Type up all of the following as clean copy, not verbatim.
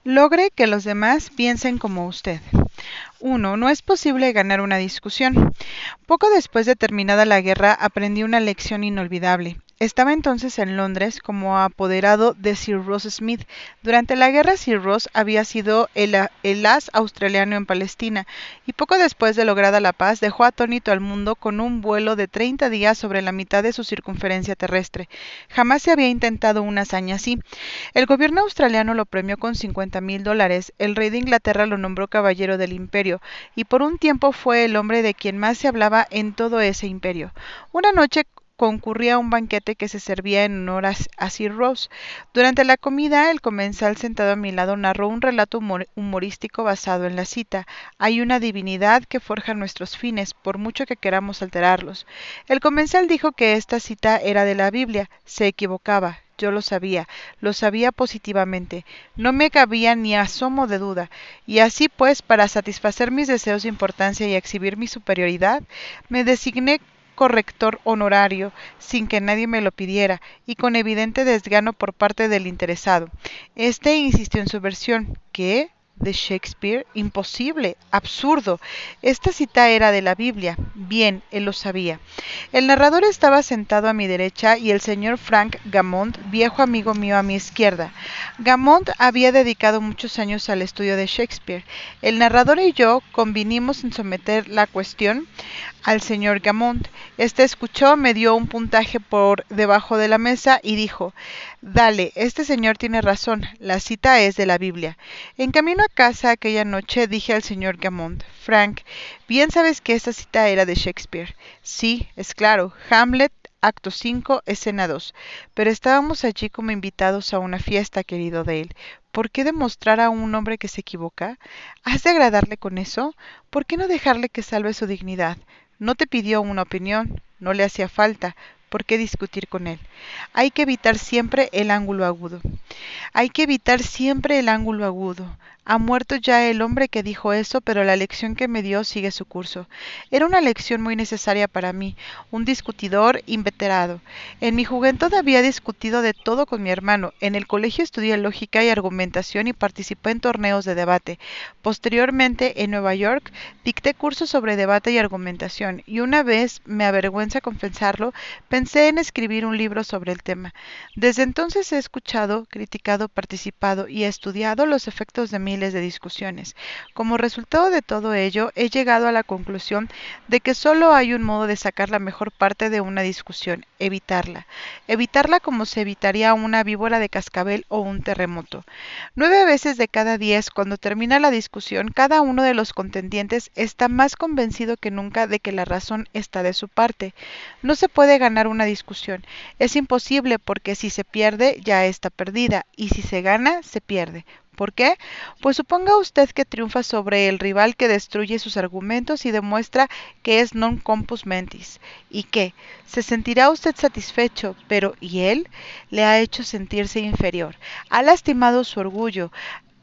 Logre que los demás piensen como usted. 1. No es posible ganar una discusión. Poco después de terminada la guerra aprendí una lección inolvidable. Estaba entonces en Londres como apoderado de Sir Ross Smith. Durante la guerra Sir Ross había sido el as australiano en Palestina y poco después de lograda la paz dejó atónito al mundo con un vuelo de 30 días sobre la mitad de su circunferencia terrestre. Jamás se había intentado una hazaña así. El gobierno australiano lo premió con $50,000, el rey de Inglaterra lo nombró caballero del imperio, y por un tiempo fue el hombre de quien más se hablaba en todo ese imperio. Una noche concurrí a un banquete que se servía en honor a Sir Rose. Durante la comida, el comensal sentado a mi lado narró un relato humorístico basado en la cita. Hay una divinidad que forja nuestros fines, por mucho que queramos alterarlos. El comensal dijo que esta cita era de la Biblia. Se equivocaba. Yo lo sabía positivamente, no me cabía ni asomo de duda, y así pues, para satisfacer mis deseos de importancia y exhibir mi superioridad, me designé corrector honorario, sin que nadie me lo pidiera, y con evidente desgano por parte del interesado. Este insistió en su versión. ¿Qué? ¿De Shakespeare? Imposible, absurdo. Esta cita era de la Biblia. Bien, él lo sabía. El narrador estaba sentado a mi derecha y el señor Frank Gammont, viejo amigo mío, a mi izquierda. Gammont había dedicado muchos años al estudio de Shakespeare. El narrador y yo convinimos en someter la cuestión al señor Gammont. Este escuchó, me dio un puntaje por debajo de la mesa y dijo: Dale, este señor tiene razón, la cita es de la Biblia. En camino a casa aquella noche dije al señor Gammont: Frank, bien sabes que esta cita era de Shakespeare. Sí, es claro, Hamlet, acto 5, escena 2. Pero estábamos allí como invitados a una fiesta, querido Dale. ¿Por qué demostrar a un hombre que se equivoca? ¿Has de agradarle con eso? ¿Por qué no dejarle que salve su dignidad? No te pidió una opinión, no le hacía falta. ¿Por qué discutir con él? Hay que evitar siempre el ángulo agudo. Hay que evitar siempre el ángulo agudo. Ha muerto ya el hombre que dijo eso, pero la lección que me dio sigue su curso. Era una lección muy necesaria para mí, un discutidor inveterado. En mi juventud había discutido de todo con mi hermano. En el colegio estudié lógica y argumentación y participé en torneos de debate. Posteriormente, en Nueva York, dicté cursos sobre debate y argumentación, y una vez, me avergüenza confesarlo, pensé en escribir un libro sobre el tema. Desde entonces he escuchado, criticado, participado y estudiado los efectos de miles de discusiones. Como resultado de todo ello, he llegado a la conclusión de que solo hay un modo de sacar la mejor parte de una discusión: evitarla. Evitarla como se evitaría una víbora de cascabel o un terremoto. 9 veces de cada 10, cuando termina la discusión, cada uno de los contendientes está más convencido que nunca de que la razón está de su parte. No se puede ganar una discusión. Es imposible, porque si se pierde, ya está perdida, y si se gana, se pierde. ¿Por qué? Pues suponga usted que triunfa sobre el rival, que destruye sus argumentos y demuestra que es non compos mentis. ¿Y qué? Se sentirá usted satisfecho, pero ¿y él? Le ha hecho sentirse inferior. Ha lastimado su orgullo,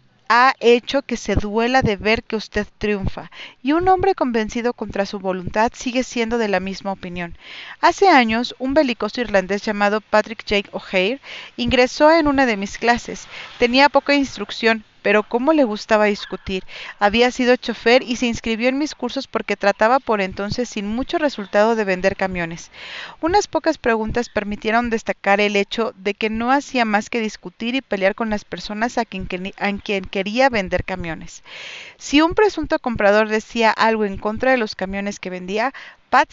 ha hecho que se duela de ver que usted triunfa, y un hombre convencido contra su voluntad sigue siendo de la misma opinión. Hace años, un belicoso irlandés llamado Patrick Jake O'Hare ingresó en una de mis clases. Tenía poca instrucción, pero cómo le gustaba discutir. Había sido chofer y se inscribió en mis cursos porque trataba por entonces, sin mucho resultado, de vender camiones. Unas pocas preguntas permitieron destacar el hecho de que no hacía más que discutir y pelear con las personas a quien quería vender camiones. Si un presunto comprador decía algo en contra de los camiones que vendía, Pat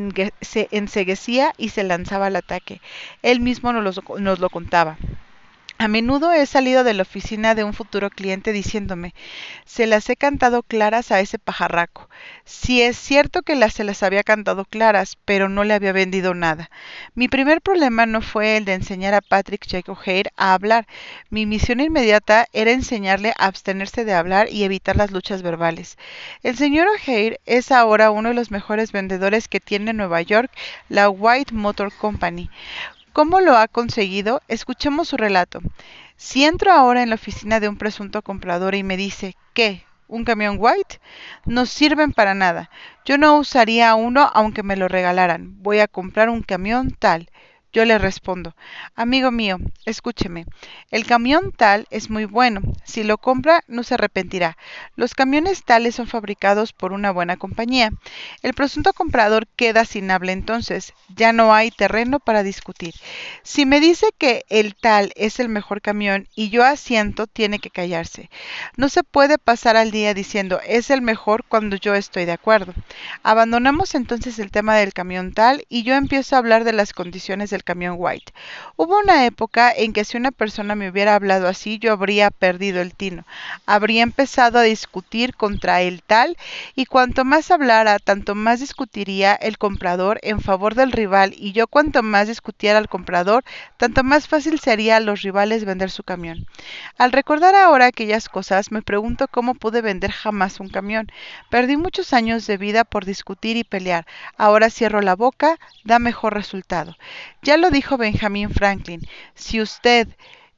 se enceguecía y se lanzaba al ataque. Él mismo nos lo contaba. A menudo he salido de la oficina de un futuro cliente diciéndome: se las he cantado claras a ese pajarraco. Sí, es cierto que se las había cantado claras, pero no le había vendido nada. Mi primer problema no fue el de enseñar a Patrick Jake O'Hare a hablar. Mi misión inmediata era enseñarle a abstenerse de hablar y evitar las luchas verbales. El señor O'Hare es ahora uno de los mejores vendedores que tiene Nueva York la White Motor Company. ¿Cómo lo ha conseguido? Escuchemos su relato. Si entro ahora en la oficina de un presunto comprador y me dice: ¿qué? ¿Un camión White? No sirven para nada. Yo no usaría uno aunque me lo regalaran. Voy a comprar un camión tal. Yo le respondo, amigo mío, escúcheme, el camión tal es muy bueno, si lo compra no se arrepentirá. Los camiones tales son fabricados por una buena compañía. El presunto comprador queda sin habla entonces, ya no hay terreno para discutir. Si me dice que el tal es el mejor camión y yo asiento, tiene que callarse. No se puede pasar al día diciendo es el mejor cuando yo estoy de acuerdo. Abandonamos entonces el tema del camión tal y yo empiezo a hablar de las condiciones del camión White. Hubo una época en que si una persona me hubiera hablado así, yo habría perdido el tino. Habría empezado a discutir contra el tal y cuanto más hablara, tanto más discutiría el comprador en favor del rival y yo cuanto más discutiera al comprador, tanto más fácil sería a los rivales vender su camión. Al recordar ahora aquellas cosas, me pregunto cómo pude vender jamás un camión. Perdí muchos años de vida por discutir y pelear. Ahora cierro la boca, da mejor resultado. Ya lo dijo Benjamin Franklin, si usted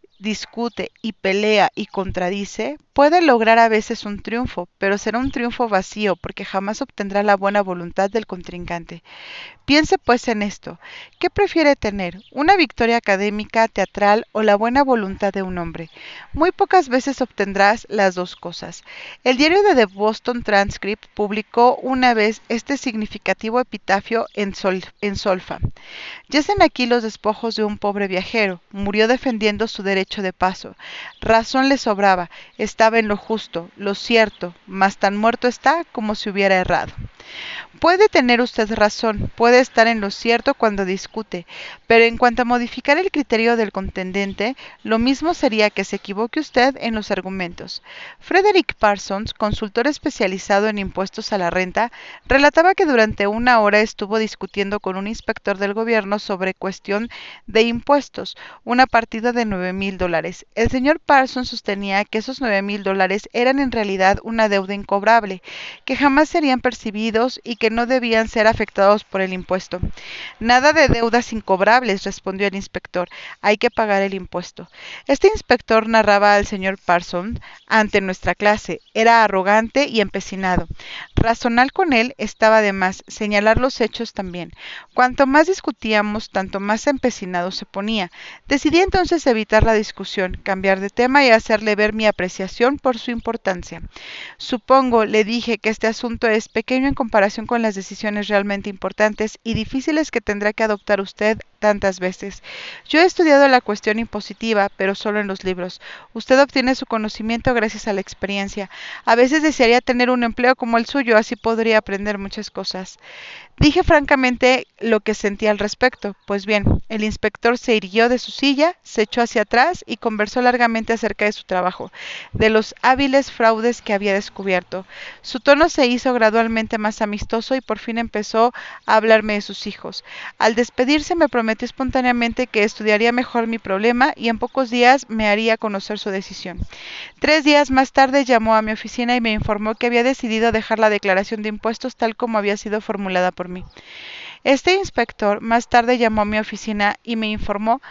discute y pelea y contradice, puede lograr a veces un triunfo, pero será un triunfo vacío porque jamás obtendrá la buena voluntad del contrincante. Piense pues en esto. ¿Qué prefiere tener? ¿Una victoria académica, teatral o la buena voluntad de un hombre? Muy pocas veces obtendrás las dos cosas. El diario de The Boston Transcript publicó una vez este significativo epitafio en solfa. Yacen aquí los despojos de un pobre viajero. Murió defendiendo su derecho de paso. Razón le sobraba, estaba en lo justo, lo cierto, mas tan muerto está como si hubiera errado. Puede tener usted razón, puede estar en lo cierto cuando discute, pero en cuanto a modificar el criterio del contendente, lo mismo sería que se equivoque usted en los argumentos. Frederick Parsons, consultor especializado en impuestos a la renta, relataba que durante una hora estuvo discutiendo con un inspector del gobierno sobre cuestión de impuestos, una partida de $9,000. El señor Parsons sostenía que esos $9,000 eran en realidad una deuda incobrable, que jamás serían percibidos y que no debían ser afectados por el impuesto. Nada de deudas incobrables, respondió el inspector, hay que pagar el impuesto. Este inspector narraba al señor Parsons ante nuestra clase, era arrogante y empecinado. Razonar con él estaba de más, señalar los hechos también. Cuanto más discutíamos, tanto más empecinado se ponía. Decidí entonces evitar la discusión, cambiar de tema y hacerle ver mi apreciación por su importancia. Supongo, le dije, que este asunto es pequeño en comparación con las decisiones realmente importantes y difíciles que tendrá que adoptar usted tantas veces. Yo he estudiado la cuestión impositiva, pero solo en los libros. Usted obtiene su conocimiento gracias a la experiencia. A veces desearía tener un empleo como el suyo, así podría aprender muchas cosas. Dije francamente lo que sentía al respecto. Pues bien, el inspector se irguió de su silla, se echó hacia atrás y conversó largamente acerca de su trabajo, de los hábiles fraudes que había descubierto. Su tono se hizo gradualmente más amistoso y por fin empezó a hablarme de sus hijos. Al despedirse me prometió espontáneamente que estudiaría mejor mi problema y en pocos días me haría conocer su decisión. 3 días más tarde llamó a mi oficina y me informó que había decidido dejar la declaración de impuestos tal como había sido formulada por mí. Este inspector más tarde llamó a mi oficina y me informó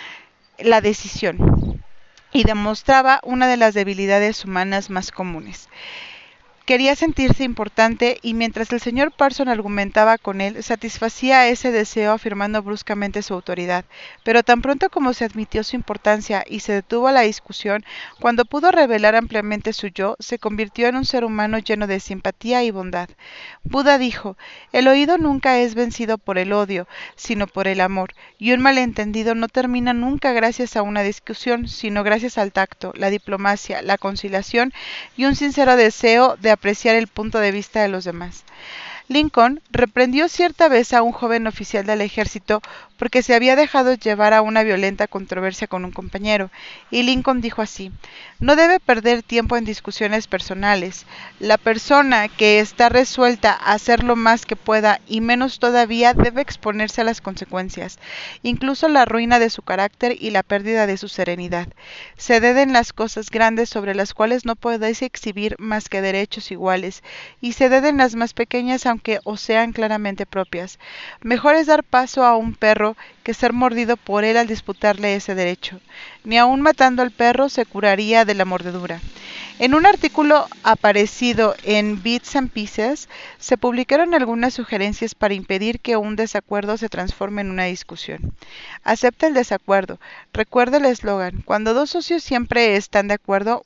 la decisión y demostraba una de las debilidades humanas más comunes. Quería sentirse importante y mientras el señor Parsons argumentaba con él, satisfacía ese deseo afirmando bruscamente su autoridad. Pero tan pronto como se admitió su importancia y se detuvo la discusión, cuando pudo revelar ampliamente su yo, se convirtió en un ser humano lleno de simpatía y bondad. Buda dijo, el oído nunca es vencido por el odio, sino por el amor, y un malentendido no termina nunca gracias a una discusión, sino gracias al tacto, la diplomacia, la conciliación y un sincero deseo de apreciar el punto de vista de los demás. Lincoln reprendió cierta vez a un joven oficial del ejército porque se había dejado llevar a una violenta controversia con un compañero, y Lincoln dijo así, no debe perder tiempo en discusiones personales. La persona que está resuelta a hacer lo más que pueda y menos todavía debe exponerse a las consecuencias, incluso la ruina de su carácter y la pérdida de su serenidad. Ceded en las cosas grandes sobre las cuales no podéis exhibir más que derechos iguales, y ceded en las más pequeñas aunque os sean claramente propias. Mejor es dar paso a un perro que ser mordido por él al disputarle ese derecho. Ni aun matando al perro se curaría de la mordedura. En un artículo aparecido en Bits and Pieces, se publicaron algunas sugerencias para impedir que un desacuerdo se transforme en una discusión. Acepta el desacuerdo. Recuerda el eslogan: cuando dos socios siempre están de acuerdo,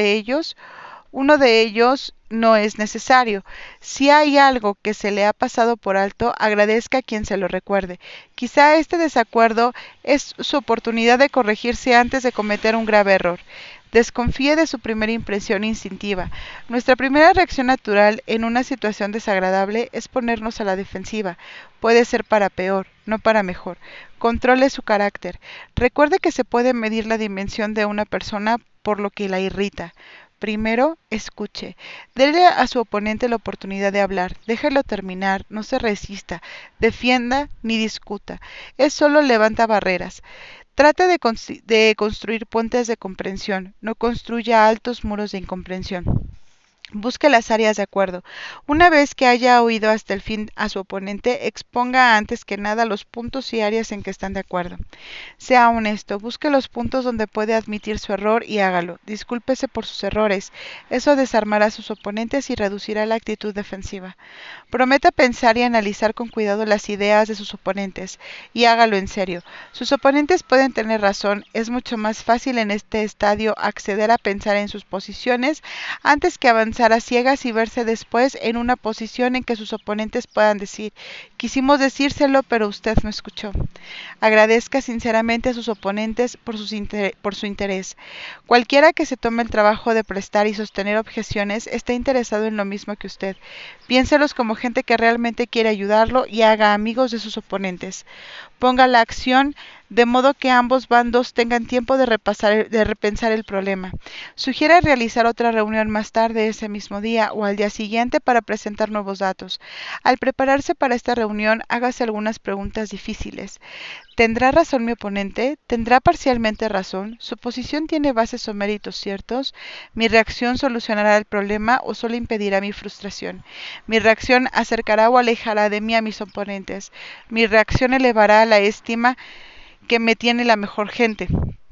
uno de ellos no es necesario. Si hay algo que se le ha pasado por alto, agradezca a quien se lo recuerde. Quizá este desacuerdo es su oportunidad de corregirse antes de cometer un grave error. Desconfíe de su primera impresión instintiva. Nuestra primera reacción natural en una situación desagradable es ponernos a la defensiva. Puede ser para peor, no para mejor. Controle su carácter. Recuerde que se puede medir la dimensión de una persona por lo que la irrita. Primero, escuche. Dele a su oponente la oportunidad de hablar. Déjelo terminar. No se resista. Defienda ni discuta. Es solo levanta barreras. Trate de construir puentes de comprensión. No construya altos muros de incomprensión. Busque las áreas de acuerdo. Una vez que haya oído hasta el fin a su oponente, exponga antes que nada los puntos y áreas en que están de acuerdo. Sea honesto, busque los puntos donde puede admitir su error y hágalo. Discúlpese por sus errores. Eso desarmará a sus oponentes y reducirá la actitud defensiva. Prometa pensar y analizar con cuidado las ideas de sus oponentes, y hágalo en serio. Sus oponentes pueden tener razón. Es mucho más fácil en este estadio acceder a pensar en sus posiciones antes que avanzar a ciegas y verse después en una posición en que sus oponentes puedan decir: quisimos decírselo, pero usted no escuchó. Agradezca sinceramente a sus oponentes por su interés. Cualquiera que se tome el trabajo de prestar y sostener objeciones está interesado en lo mismo que usted. Piénselos como gente que realmente quiere ayudarlo y haga amigos de sus oponentes. Ponga la acción de modo que ambos bandos tengan tiempo de repensar el problema. Sugiere realizar otra reunión más tarde ese mismo día o al día siguiente para presentar nuevos datos. Al prepararse para esta reunión, hágase algunas preguntas difíciles. ¿Tendrá razón mi oponente? ¿Tendrá parcialmente razón? ¿Su posición tiene bases o méritos ciertos? ¿Mi reacción solucionará el problema o solo impedirá mi frustración? ¿Mi reacción acercará o alejará de mí a mis oponentes? ¿Mi reacción elevará la estima que me tiene la mejor gente?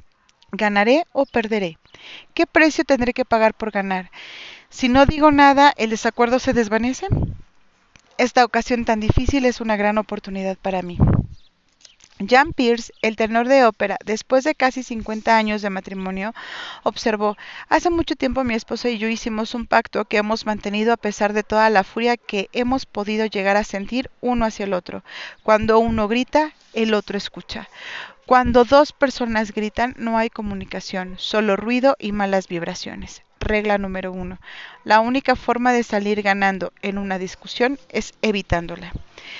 ¿Ganaré o perderé? ¿Qué precio tendré que pagar por ganar? Si no digo nada, ¿el desacuerdo se desvanece? Esta ocasión tan difícil es una gran oportunidad para mí. Jan Pearce, el tenor de ópera, después de casi 50 años de matrimonio, observó: hace mucho tiempo mi esposo y yo hicimos un pacto que hemos mantenido a pesar de toda la furia que hemos podido llegar a sentir uno hacia el otro. Cuando uno grita, el otro escucha. Cuando dos personas gritan, no hay comunicación, solo ruido y malas vibraciones. Regla número 1. La única forma de salir ganando en una discusión es evitándola.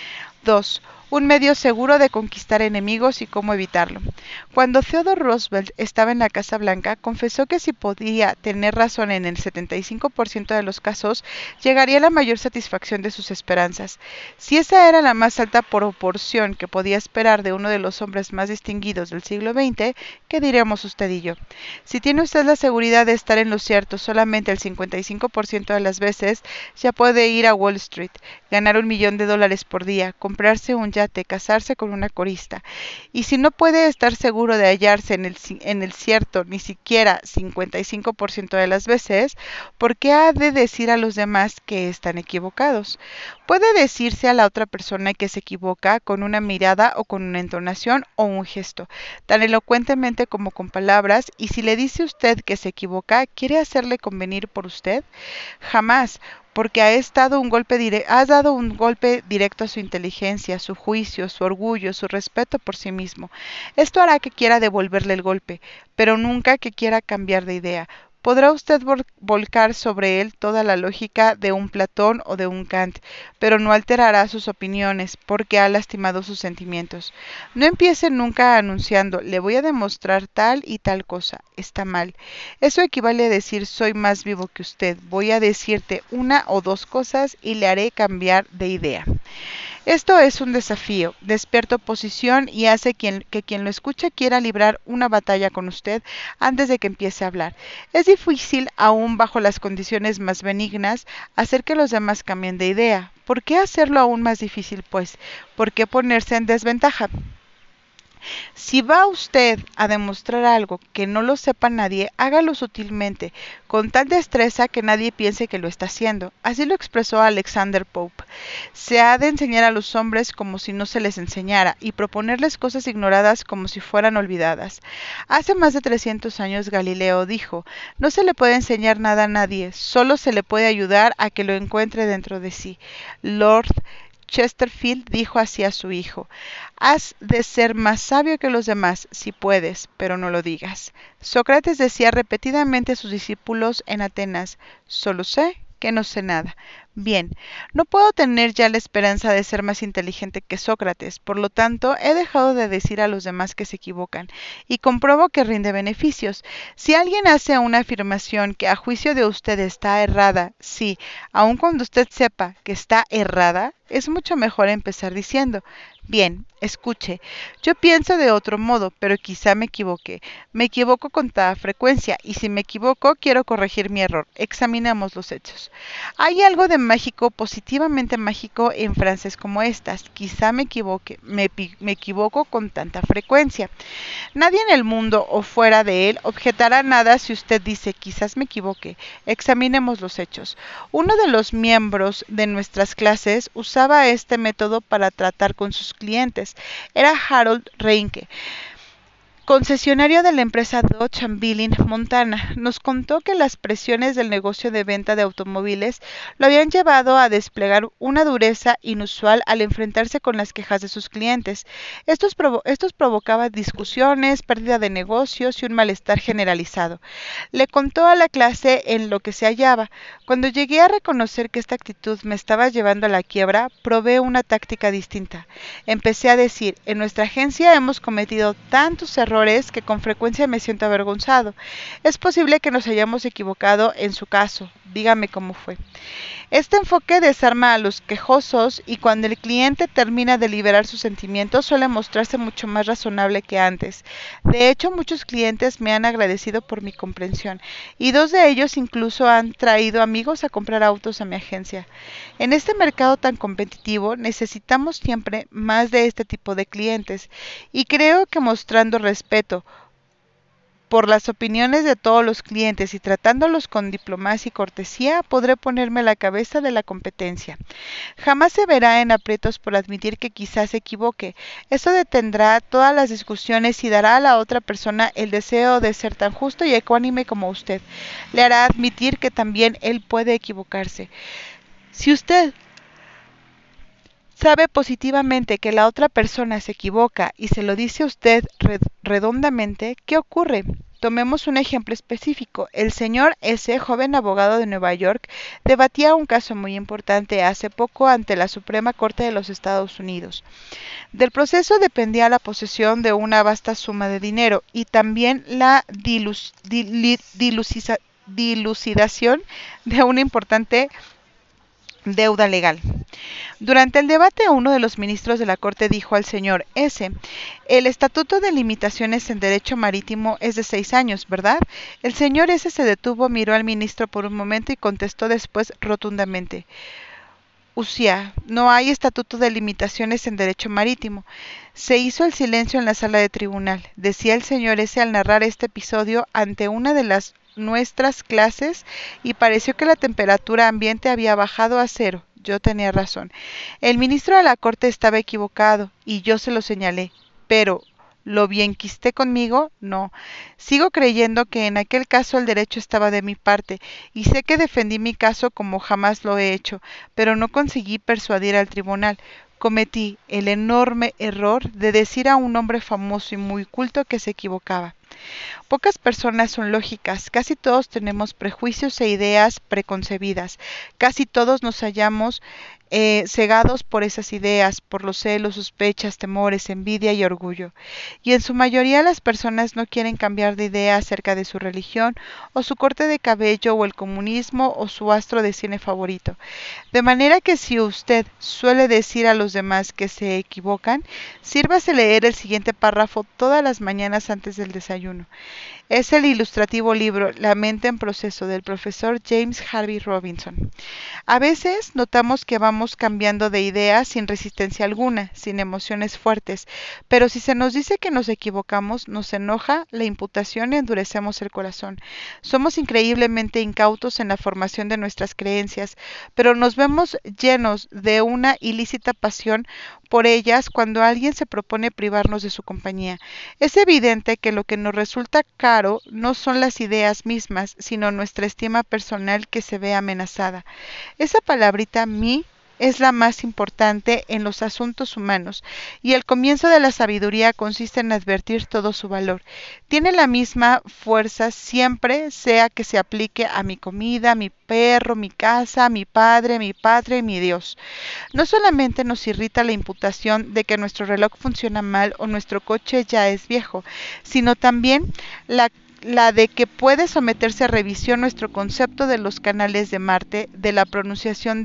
2. Un medio seguro de conquistar enemigos y cómo evitarlo. Cuando Theodore Roosevelt estaba en la Casa Blanca, confesó que si podía tener razón en el 75% de los casos, llegaría a la mayor satisfacción de sus esperanzas. Si esa era la más alta proporción que podía esperar de uno de los hombres más distinguidos del siglo XX, ¿qué diremos usted y yo? Si tiene usted la seguridad de estar en lo cierto solamente el 55% de las veces, ya puede ir a Wall Street, ganar $1,000,000 por día, comprarse un yate, casarse con una corista. Y si no puede estar seguro de hallarse en el cierto ni siquiera 55% de las veces, ¿por qué ha de decir a los demás que están equivocados? Puede decirse a la otra persona que se equivoca con una mirada o con una entonación o un gesto, tan elocuentemente como con palabras, y si le dice usted que se equivoca, ¿quiere hacerle convenir por usted? Jamás, porque has dado un golpe directo a su inteligencia, su juicio, su orgullo, su respeto por sí mismo. Esto hará que quiera devolverle el golpe, pero nunca que quiera cambiar de idea. Podrá usted volcar sobre él toda la lógica de un Platón o de un Kant, pero no alterará sus opiniones, porque ha lastimado sus sentimientos. No empiece nunca anunciando: le voy a demostrar tal y tal cosa. Está mal. Eso equivale a decir: soy más vivo que usted. Voy a decirte una o dos cosas y le haré cambiar de idea. Esto es un desafío, despierta oposición y hace que quien lo escucha quiera librar una batalla con usted antes de que empiece a hablar. Es difícil, aún bajo las condiciones más benignas, hacer que los demás cambien de idea. ¿Por qué hacerlo aún más difícil, pues? ¿Por qué ponerse en desventaja? Si va usted a demostrar algo que no lo sepa nadie, hágalo sutilmente, con tal destreza que nadie piense que lo está haciendo. Así lo expresó Alexander Pope. Se ha de enseñar a los hombres como si no se les enseñara, y proponerles cosas ignoradas como si fueran olvidadas. Hace más de 300 años Galileo dijo, no se le puede enseñar nada a nadie, solo se le puede ayudar a que lo encuentre dentro de sí. Lord Chesterfield dijo así a su hijo, has de ser más sabio que los demás, si puedes, pero no lo digas. Sócrates decía repetidamente a sus discípulos en Atenas, solo sé que no sé nada. Bien, no puedo tener ya la esperanza de ser más inteligente que Sócrates, por lo tanto he dejado de decir a los demás que se equivocan, y compruebo que rinde beneficios. Si alguien hace una afirmación que a juicio de usted está errada, sí, aun cuando usted sepa que está errada, es mucho mejor empezar diciendo, bien, escuche, yo pienso de otro modo, pero quizá me equivoqué. Me equivoco con toda frecuencia, y si me equivoco, quiero corregir mi error. Examinemos los hechos. Hay algo de mágico, positivamente mágico, en frases como estas. Quizá me equivoque, me equivoco con tanta frecuencia. Nadie en el mundo o fuera de él objetará nada si usted dice quizás me equivoque. Examinemos los hechos. Uno de los miembros de nuestras clases usaba este método para tratar con sus clientes. Era Harold Reinke, concesionario de la empresa Dodge and Billing, Montana. Nos contó que las presiones del negocio de venta de automóviles lo habían llevado a desplegar una dureza inusual al enfrentarse con las quejas de sus clientes. Estos provocaban discusiones, pérdida de negocios y un malestar generalizado. Le contó a la clase en lo que se hallaba. Cuando llegué a reconocer que esta actitud me estaba llevando a la quiebra, probé una táctica distinta. Empecé a decir, en nuestra agencia hemos cometido tantos errores que con frecuencia me siento avergonzado. Es posible que nos hayamos equivocado en su caso. Dígame cómo fue. Este enfoque desarma a los quejosos y cuando el cliente termina de liberar sus sentimientos suele mostrarse mucho más razonable que antes. De hecho, muchos clientes me han agradecido por mi comprensión y dos de ellos incluso han traído amigos a comprar autos a mi agencia. En este mercado tan competitivo necesitamos siempre más de este tipo de clientes y creo que mostrando respeto por las opiniones de todos los clientes y tratándolos con diplomacia y cortesía, podré ponerme a la cabeza de la competencia. Jamás se verá en aprietos por admitir que quizás se equivoque. Eso detendrá todas las discusiones y dará a la otra persona el deseo de ser tan justo y ecuánime como usted. Le hará admitir que también él puede equivocarse. Si usted sabe positivamente que la otra persona se equivoca y se lo dice a usted redondamente, ¿qué ocurre? Tomemos un ejemplo específico. El señor S., joven abogado de Nueva York, debatía un caso muy importante hace poco ante la Suprema Corte de los Estados Unidos. Del proceso dependía la posesión de una vasta suma de dinero y también la dilucidación de una importante deuda legal. Durante el debate, uno de los ministros de la Corte dijo al señor S., el Estatuto de Limitaciones en Derecho Marítimo es de 6 años, ¿verdad? El señor S. se detuvo, miró al ministro por un momento y contestó después rotundamente, Usía, no hay estatuto de limitaciones en derecho marítimo. Se hizo el silencio en la sala de tribunal, decía el señor S. al narrar este episodio ante una de nuestras clases y pareció que la temperatura ambiente había bajado a cero. Yo tenía razón. El ministro de la Corte estaba equivocado y yo se lo señalé, pero ¿lo bienquisté conmigo? No. Sigo creyendo que en aquel caso el derecho estaba de mi parte, y sé que defendí mi caso como jamás lo he hecho, pero no conseguí persuadir al tribunal. Cometí el enorme error de decir a un hombre famoso y muy culto que se equivocaba. Pocas personas son lógicas, casi todos tenemos prejuicios e ideas preconcebidas, casi todos nos hallamos cegados por esas ideas, por los celos, sospechas, temores, envidia y orgullo. Y en su mayoría las personas no quieren cambiar de idea acerca de su religión, o su corte de cabello, o el comunismo, o su astro de cine favorito. De manera que si usted suele decir a los demás que se equivocan, sírvase leer el siguiente párrafo todas las mañanas antes del desayuno. Es el ilustrativo libro La mente en proceso del profesor James Harvey Robinson. A veces notamos que vamos cambiando de idea sin resistencia alguna, sin emociones fuertes, pero si se nos dice que nos equivocamos, nos enoja la imputación y endurecemos el corazón. Somos increíblemente incautos en la formación de nuestras creencias, pero nos vemos llenos de una ilícita pasión por ellas cuando alguien se propone privarnos de su compañía. Es evidente que lo que nos resulta caro no son las ideas mismas, sino nuestra estima personal que se ve amenazada. Esa palabrita mí es la más importante en los asuntos humanos, y el comienzo de la sabiduría consiste en advertir todo su valor. Tiene la misma fuerza siempre, sea que se aplique a mi comida, mi perro, mi casa, mi padre, mi patria y mi Dios. No solamente nos irrita la imputación de que nuestro reloj funciona mal o nuestro coche ya es viejo, sino también la de que puede someterse a revisión nuestro concepto de los canales de Marte, de la pronunciación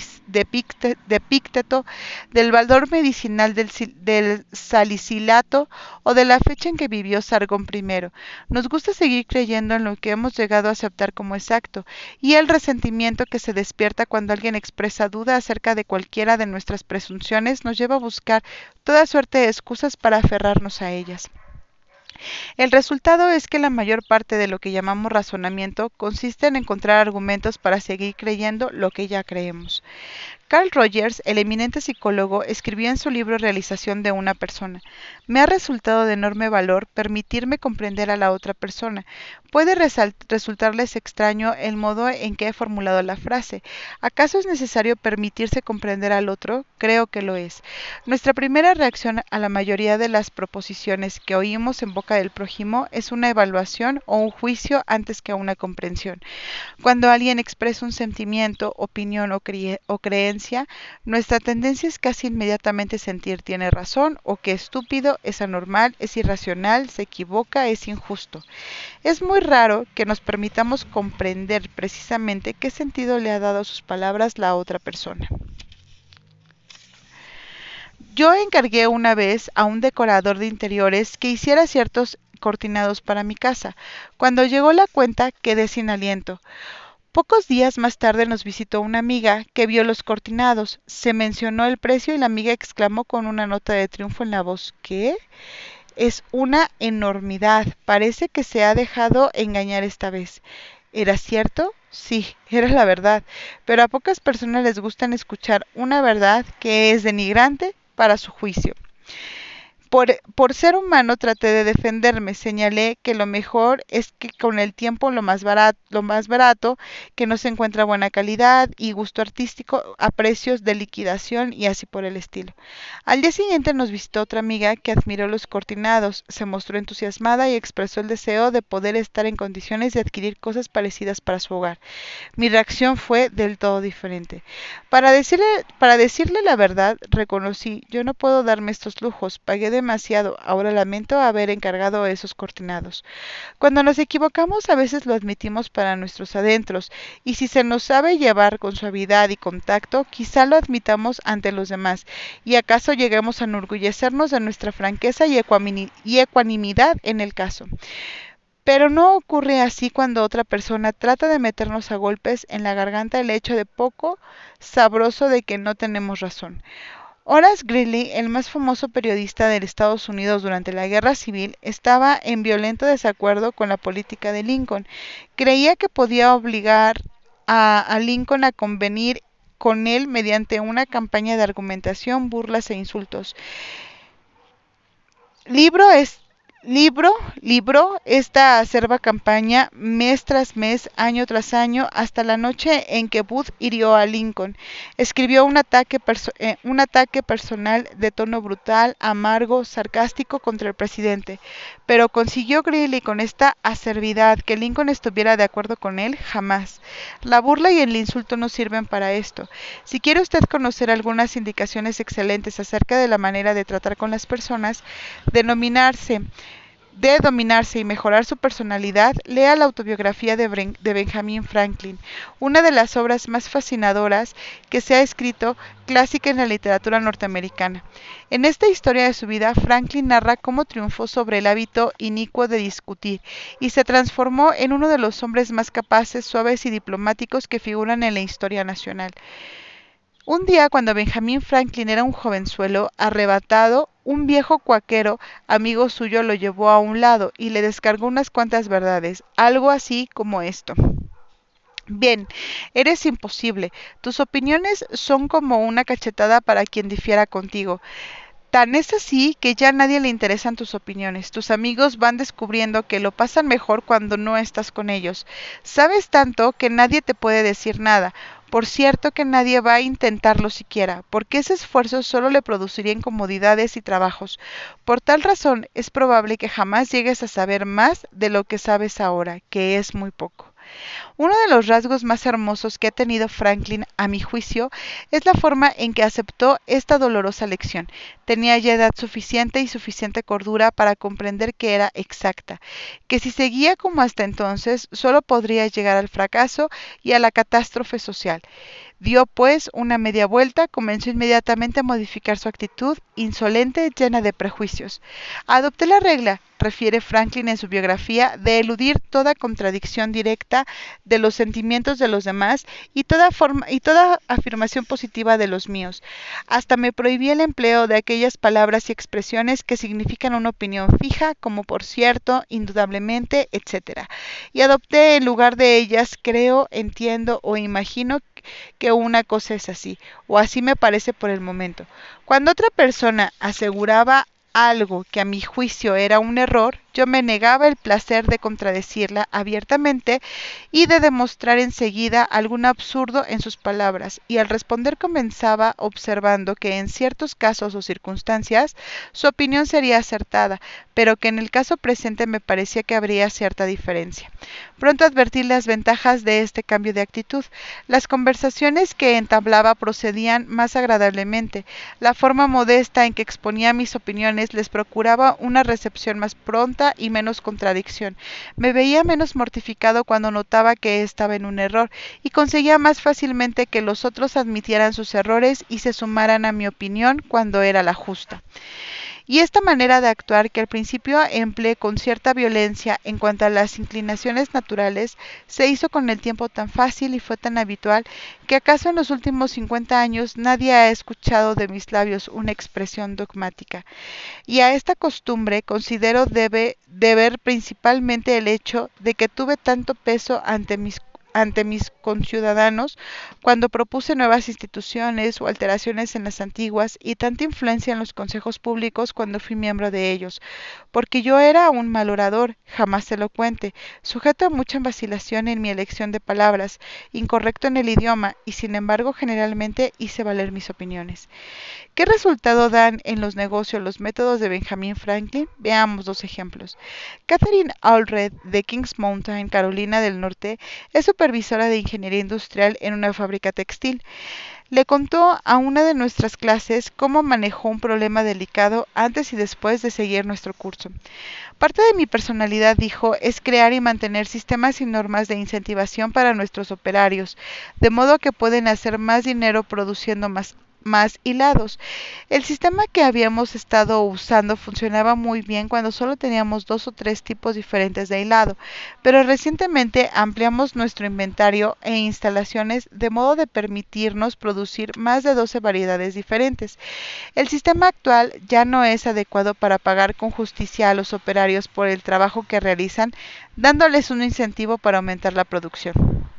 de Epícteto, del valor medicinal del salicilato o de la fecha en que vivió Sargón I. Nos gusta seguir creyendo en lo que hemos llegado a aceptar como exacto, y el resentimiento que se despierta cuando alguien expresa duda acerca de cualquiera de nuestras presunciones nos lleva a buscar toda suerte de excusas para aferrarnos a ellas. El resultado es que la mayor parte de lo que llamamos razonamiento consiste en encontrar argumentos para seguir creyendo lo que ya creemos. Carl Rogers, el eminente psicólogo, escribió en su libro Realización de una persona: me ha resultado de enorme valor permitirme comprender a la otra persona. Puede resultarles extraño el modo en que he formulado la frase. ¿Acaso es necesario permitirse comprender al otro? Creo que lo es. Nuestra primera reacción a la mayoría de las proposiciones que oímos en boca del prójimo es una evaluación o un juicio antes que una comprensión. Cuando alguien expresa un sentimiento, opinión o creencia, nuestra tendencia es casi inmediatamente sentir tiene razón o que estúpido, es anormal, es irracional, se equivoca, es injusto. Es muy raro que nos permitamos comprender precisamente qué sentido le ha dado a sus palabras la otra persona. Yo encargué una vez a un decorador de interiores que hiciera ciertos cortinados para mi casa. Cuando llegó la cuenta, quedé sin aliento. Pocos días más tarde nos visitó una amiga que vio los cortinados. Se mencionó el precio y la amiga exclamó con una nota de triunfo en la voz: ¿qué? Es una enormidad. Parece que se ha dejado engañar esta vez. ¿Era cierto? Sí, era la verdad. Pero a pocas personas les gusta escuchar una verdad que es denigrante para su juicio. Por ser humano traté de defenderme, señalé que lo mejor es que con el tiempo lo más barato, que no se encuentra buena calidad y gusto artístico a precios de liquidación y así por el estilo. Al día siguiente nos visitó otra amiga que admiró los cortinados, se mostró entusiasmada y expresó el deseo de poder estar en condiciones de adquirir cosas parecidas para su hogar. Mi reacción fue del todo diferente. Para decirle la verdad, reconocí: yo no puedo darme estos lujos, pagué demasiado, ahora lamento haber encargado esos cortinados. Cuando nos equivocamos, a veces lo admitimos para nuestros adentros, y si se nos sabe llevar con suavidad y con tacto, quizá lo admitamos ante los demás, y acaso lleguemos a enorgullecernos de nuestra franqueza y ecuanimidad en el caso. Pero no ocurre así cuando otra persona trata de meternos a golpes en la garganta el hecho de poco sabroso de que no tenemos razón. Horace Greeley, el más famoso periodista de Estados Unidos durante la Guerra Civil, estaba en violento desacuerdo con la política de Lincoln. Creía que podía obligar a Lincoln a convenir con él mediante una campaña de argumentación, burlas e insultos. Libró esta acerba campaña mes tras mes, año tras año, hasta la noche en que Booth hirió a Lincoln. Escribió un ataque personal de tono brutal, amargo, sarcástico contra el presidente. Pero ¿consiguió Greeley con esta acerbidad que Lincoln estuviera de acuerdo con él? Jamás. La burla y el insulto no sirven para esto. Si quiere usted conocer algunas indicaciones excelentes acerca de la manera de tratar con las personas, de dominarse y mejorar su personalidad, lea la autobiografía de Benjamin Franklin, una de las obras más fascinadoras que se ha escrito, clásica en la literatura norteamericana. En esta historia de su vida, Franklin narra cómo triunfó sobre el hábito inicuo de discutir y se transformó en uno de los hombres más capaces, suaves y diplomáticos que figuran en la historia nacional. Un día, cuando Benjamin Franklin era un jovenzuelo arrebatado, un viejo cuáquero, amigo suyo, lo llevó a un lado y le descargó unas cuantas verdades, algo así como esto. Bien, eres imposible. Tus opiniones son como una cachetada para quien difiera contigo. Tan es así que ya a nadie le interesan tus opiniones. Tus amigos van descubriendo que lo pasan mejor cuando no estás con ellos. Sabes tanto que nadie te puede decir nada. Por cierto que nadie va a intentarlo siquiera, porque ese esfuerzo solo le produciría incomodidades y trabajos. Por tal razón, es probable que jamás llegues a saber más de lo que sabes ahora, que es muy poco. Uno de los rasgos más hermosos que ha tenido Franklin, a mi juicio, es la forma en que aceptó esta dolorosa lección. Tenía ya edad suficiente y suficiente cordura para comprender que era exacta, que si seguía como hasta entonces, solo podría llegar al fracaso y a la catástrofe social. Dio, pues, una media vuelta, comenzó inmediatamente a modificar su actitud, insolente, llena de prejuicios. Adopté la regla, refiere Franklin en su biografía, de eludir toda contradicción directa de los sentimientos de los demás y toda afirmación positiva de los míos. Hasta me prohibí el empleo de aquellas palabras y expresiones que significan una opinión fija, como por cierto, indudablemente, etc. Y adopté en lugar de ellas creo, entiendo o imagino que una cosa es así, o así me parece por el momento. Cuando otra persona aseguraba algo que a mi juicio era un error, yo me negaba el placer de contradecirla abiertamente y de demostrar enseguida algún absurdo en sus palabras, y al responder comenzaba observando que en ciertos casos o circunstancias su opinión sería acertada, pero que en el caso presente me parecía que habría cierta diferencia. Pronto advertí las ventajas de este cambio de actitud. Las conversaciones que entablaba procedían más agradablemente. La forma modesta en que exponía mis opiniones les procuraba una recepción más pronta y menos contradicción. Me veía menos mortificado cuando notaba que estaba en un error y conseguía más fácilmente que los otros admitieran sus errores y se sumaran a mi opinión cuando era la justa. Y esta manera de actuar, que al principio empleé con cierta violencia en cuanto a las inclinaciones naturales, se hizo con el tiempo tan fácil y fue tan habitual que acaso en los últimos 50 años nadie ha escuchado de mis labios una expresión dogmática. Y a esta costumbre considero deber principalmente el hecho de que tuve tanto peso ante mis conciudadanos cuando propuse nuevas instituciones o alteraciones en las antiguas y tanta influencia en los consejos públicos cuando fui miembro de ellos, porque yo era un mal orador, jamás elocuente, sujeto a mucha vacilación en mi elección de palabras, incorrecto en el idioma y sin embargo generalmente hice valer mis opiniones. ¿Qué resultado dan en los negocios los métodos de Benjamin Franklin? Veamos dos ejemplos. Catherine Allred de Kings Mountain, Carolina del Norte, es supervisora de ingeniería industrial en una fábrica textil. Le contó a una de nuestras clases cómo manejó un problema delicado antes y después de seguir nuestro curso. Parte de mi personalidad, dijo, es crear y mantener sistemas y normas de incentivación para nuestros operarios, de modo que pueden hacer más dinero produciendo más hilados. El sistema que habíamos estado usando funcionaba muy bien cuando solo teníamos 2 o 3 tipos diferentes de hilado, pero recientemente ampliamos nuestro inventario e instalaciones de modo de permitirnos producir más de 12 variedades diferentes. El sistema actual ya no es adecuado para pagar con justicia a los operarios por el trabajo que realizan, dándoles un incentivo para aumentar la producción.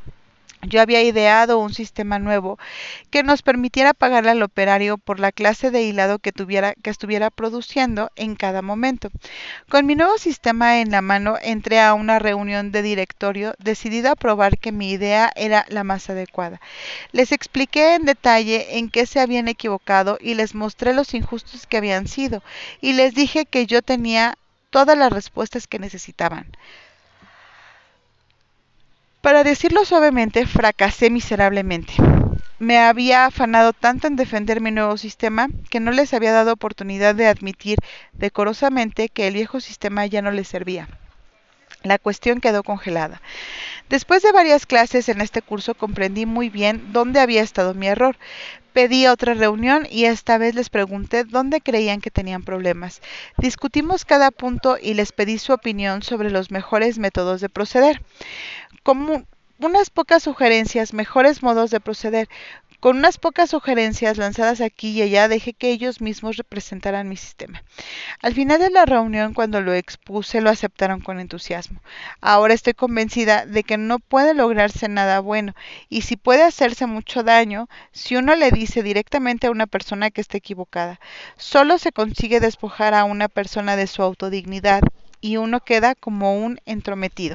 Yo había ideado un sistema nuevo que nos permitiera pagarle al operario por la clase de hilado que estuviera produciendo en cada momento. Con mi nuevo sistema en la mano entré a una reunión de directorio decidida a probar que mi idea era la más adecuada. Les expliqué en detalle en qué se habían equivocado y les mostré los injustos que habían sido, y les dije que yo tenía todas las respuestas que necesitaban. Para decirlo suavemente, fracasé miserablemente. me había afanado tanto en defender mi nuevo sistema que no les había dado oportunidad de admitir decorosamente que el viejo sistema ya no les servía. La cuestión quedó congelada. Después de varias clases en este curso comprendí muy bien dónde había estado mi error. Pedí otra reunión y esta vez les pregunté dónde creían que tenían problemas. Discutimos cada punto y les pedí su opinión sobre los mejores métodos de proceder. Como unas pocas sugerencias, mejores modos de proceder. Con unas pocas sugerencias lanzadas aquí y allá, dejé que ellos mismos representaran mi sistema. Al final de la reunión, cuando lo expuse, lo aceptaron con entusiasmo. Ahora estoy convencida de que no puede lograrse nada bueno, y si puede hacerse mucho daño, si uno le dice directamente a una persona que está equivocada. Solo se consigue despojar a una persona de su autodignidad, y uno queda como un entrometido.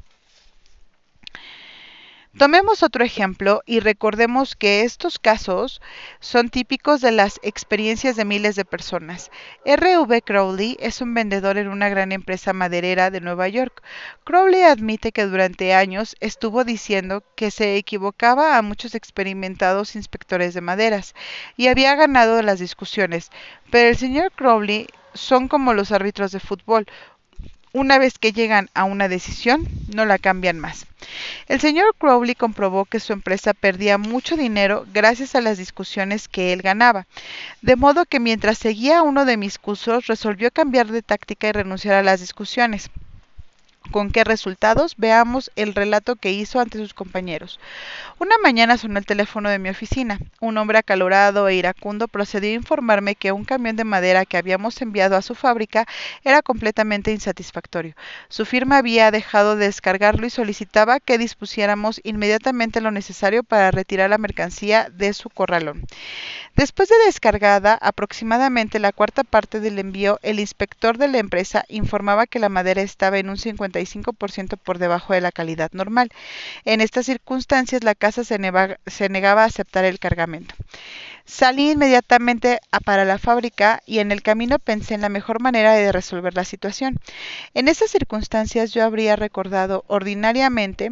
Tomemos otro ejemplo y recordemos que estos casos son típicos de las experiencias de miles de personas. R. V. Crowley es un vendedor en una gran empresa maderera de Nueva York. Crowley admite que durante años estuvo diciendo que se equivocaba a muchos experimentados inspectores de maderas y había ganado las discusiones, pero el señor Crowley son como los árbitros de fútbol. Una vez que llegan a una decisión, no la cambian más. El señor Crowley comprobó que su empresa perdía mucho dinero gracias a las discusiones que él ganaba, de modo que mientras seguía uno de mis cursos resolvió cambiar de táctica y renunciar a las discusiones. ¿Con qué resultados? Veamos el relato que hizo ante sus compañeros. Una mañana sonó el teléfono de mi oficina. Un hombre acalorado e iracundo procedió a informarme que un camión de madera que habíamos enviado a su fábrica era completamente insatisfactorio. Su firma había dejado de descargarlo y solicitaba que dispusiéramos inmediatamente lo necesario para retirar la mercancía de su corralón. Después de descargada aproximadamente la cuarta parte del envío, el inspector de la empresa informaba que la madera estaba en un 55% por debajo de la calidad normal. En estas circunstancias, la casa se negaba a aceptar el cargamento. Salí inmediatamente para la fábrica y en el camino pensé en la mejor manera de resolver la situación. En esas circunstancias yo habría recordado ordinariamente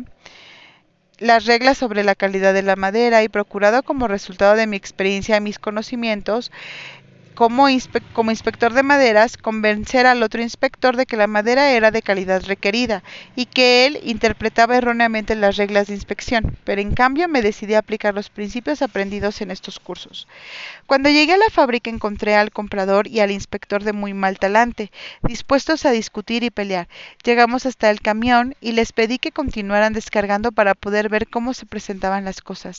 las reglas sobre la calidad de la madera y procurado como resultado de mi experiencia y mis conocimientos como inspector de maderas, convencer al otro inspector de que la madera era de calidad requerida y que él interpretaba erróneamente las reglas de inspección, pero en cambio me decidí a aplicar los principios aprendidos en estos cursos. Cuando llegué a la fábrica encontré al comprador y al inspector de muy mal talante, dispuestos a discutir y pelear. Llegamos hasta el camión y les pedí que continuaran descargando para poder ver cómo se presentaban las cosas.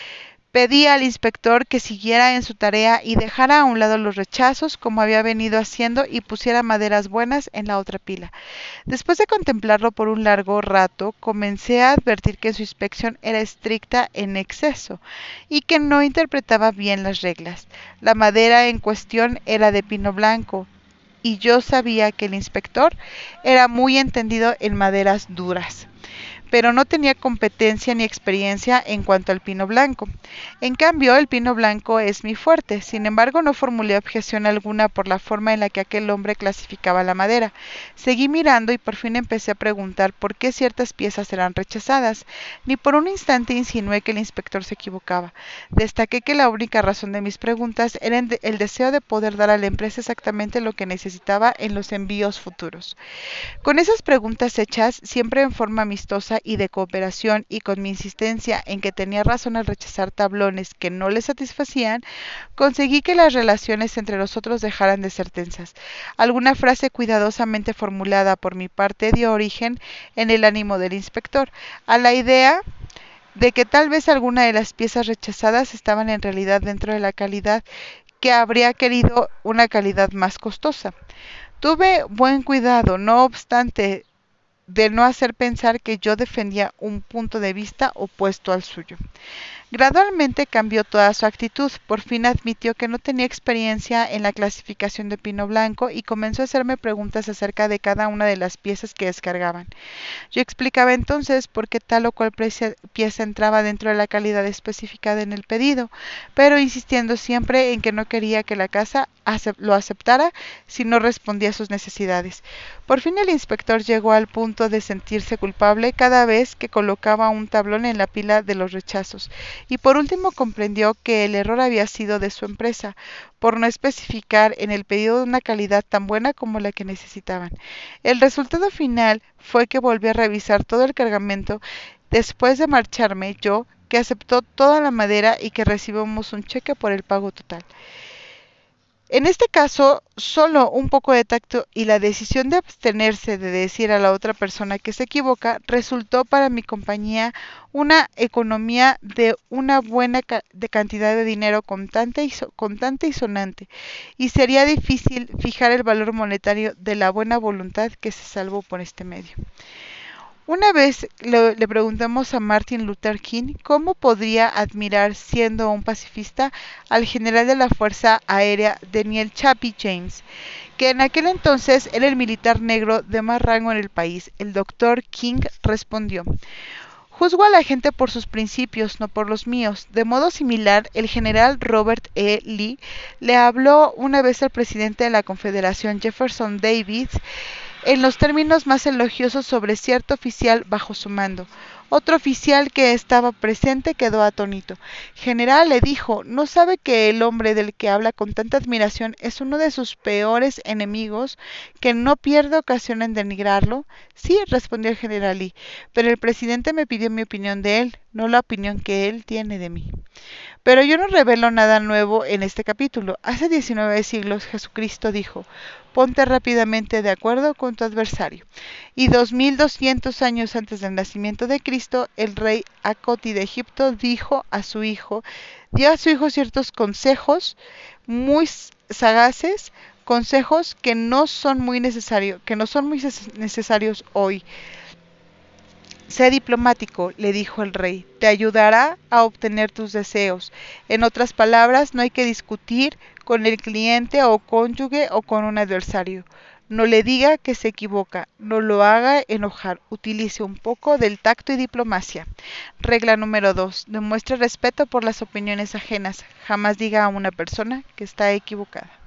Pedí al inspector que siguiera en su tarea y dejara a un lado los rechazos como había venido haciendo y pusiera maderas buenas en la otra pila. Después de contemplarlo por un largo rato, comencé a advertir que su inspección era estricta en exceso y que no interpretaba bien las reglas. La madera en cuestión era de pino blanco y yo sabía que el inspector era muy entendido en maderas duras, pero no tenía competencia ni experiencia en cuanto al pino blanco. En cambio, el pino blanco es mi fuerte. Sin embargo, no formulé objeción alguna por la forma en la que aquel hombre clasificaba la madera. Seguí mirando y por fin empecé a preguntar por qué ciertas piezas eran rechazadas. Ni por un instante insinué que el inspector se equivocaba. Destaqué que la única razón de mis preguntas era el deseo de poder dar a la empresa exactamente lo que necesitaba en los envíos futuros. Con esas preguntas hechas, siempre en forma amistosa y de cooperación y con mi insistencia en que tenía razón al rechazar tablones que no le satisfacían, conseguí que las relaciones entre nosotros dejaran de ser tensas. Alguna frase cuidadosamente formulada por mi parte dio origen en el ánimo del inspector a la idea de que tal vez alguna de las piezas rechazadas estaban en realidad dentro de la calidad que habría querido una calidad más costosa. Tuve buen cuidado, no obstante, de no hacer pensar que yo defendía un punto de vista opuesto al suyo. Gradualmente cambió toda su actitud, por fin admitió que no tenía experiencia en la clasificación de pino blanco y comenzó a hacerme preguntas acerca de cada una de las piezas que descargaban. Yo explicaba entonces por qué tal o cual pieza entraba dentro de la calidad especificada en el pedido, pero insistiendo siempre en que no quería que la casa lo aceptara si no respondía a sus necesidades. Por fin el inspector llegó al punto de sentirse culpable cada vez que colocaba un tablón en la pila de los rechazos, y por último comprendió que el error había sido de su empresa, por no especificar en el pedido una calidad tan buena como la que necesitaban. El resultado final fue que volví a revisar todo el cargamento después de marcharme yo, que aceptó toda la madera y que recibimos un cheque por el pago total. En este caso, solo un poco de tacto y la decisión de abstenerse de decir a la otra persona que se equivoca resultó para mi compañía una economía de una buena de cantidad de dinero contante y sonante, y sería difícil fijar el valor monetario de la buena voluntad que se salvó por este medio. Una vez le preguntamos a Martin Luther King cómo podría admirar, siendo un pacifista, al general de la Fuerza Aérea Daniel Chappie James, que en aquel entonces era el militar negro de más rango en el país. El doctor King respondió: juzgo a la gente por sus principios, no por los míos. De modo similar, el general Robert E. Lee le habló una vez al presidente de la Confederación, Jefferson Davis, en los términos más elogiosos sobre cierto oficial bajo su mando. Otro oficial que estaba presente quedó atónito. General, le dijo, ¿no sabe que el hombre del que habla con tanta admiración es uno de sus peores enemigos, que no pierde ocasión en denigrarlo? Sí, respondió el general Lee, pero el presidente me pidió mi opinión de él, no la opinión que él tiene de mí. Pero yo no revelo nada nuevo en este capítulo. Hace 19 siglos Jesucristo dijo: ponte rápidamente de acuerdo con tu adversario. Y 2200 años antes del nacimiento de Cristo, el rey Acoti de Egipto dio a su hijo ciertos consejos muy sagaces, consejos que no son muy necesarios hoy. Sé diplomático, le dijo el rey, te ayudará a obtener tus deseos. En otras palabras, no hay que discutir con el cliente o cónyuge o con un adversario. No le diga que se equivoca, no lo haga enojar, utilice un poco del tacto y diplomacia. Regla número 2. Demuestre respeto por las opiniones ajenas. Jamás diga a una persona que está equivocada.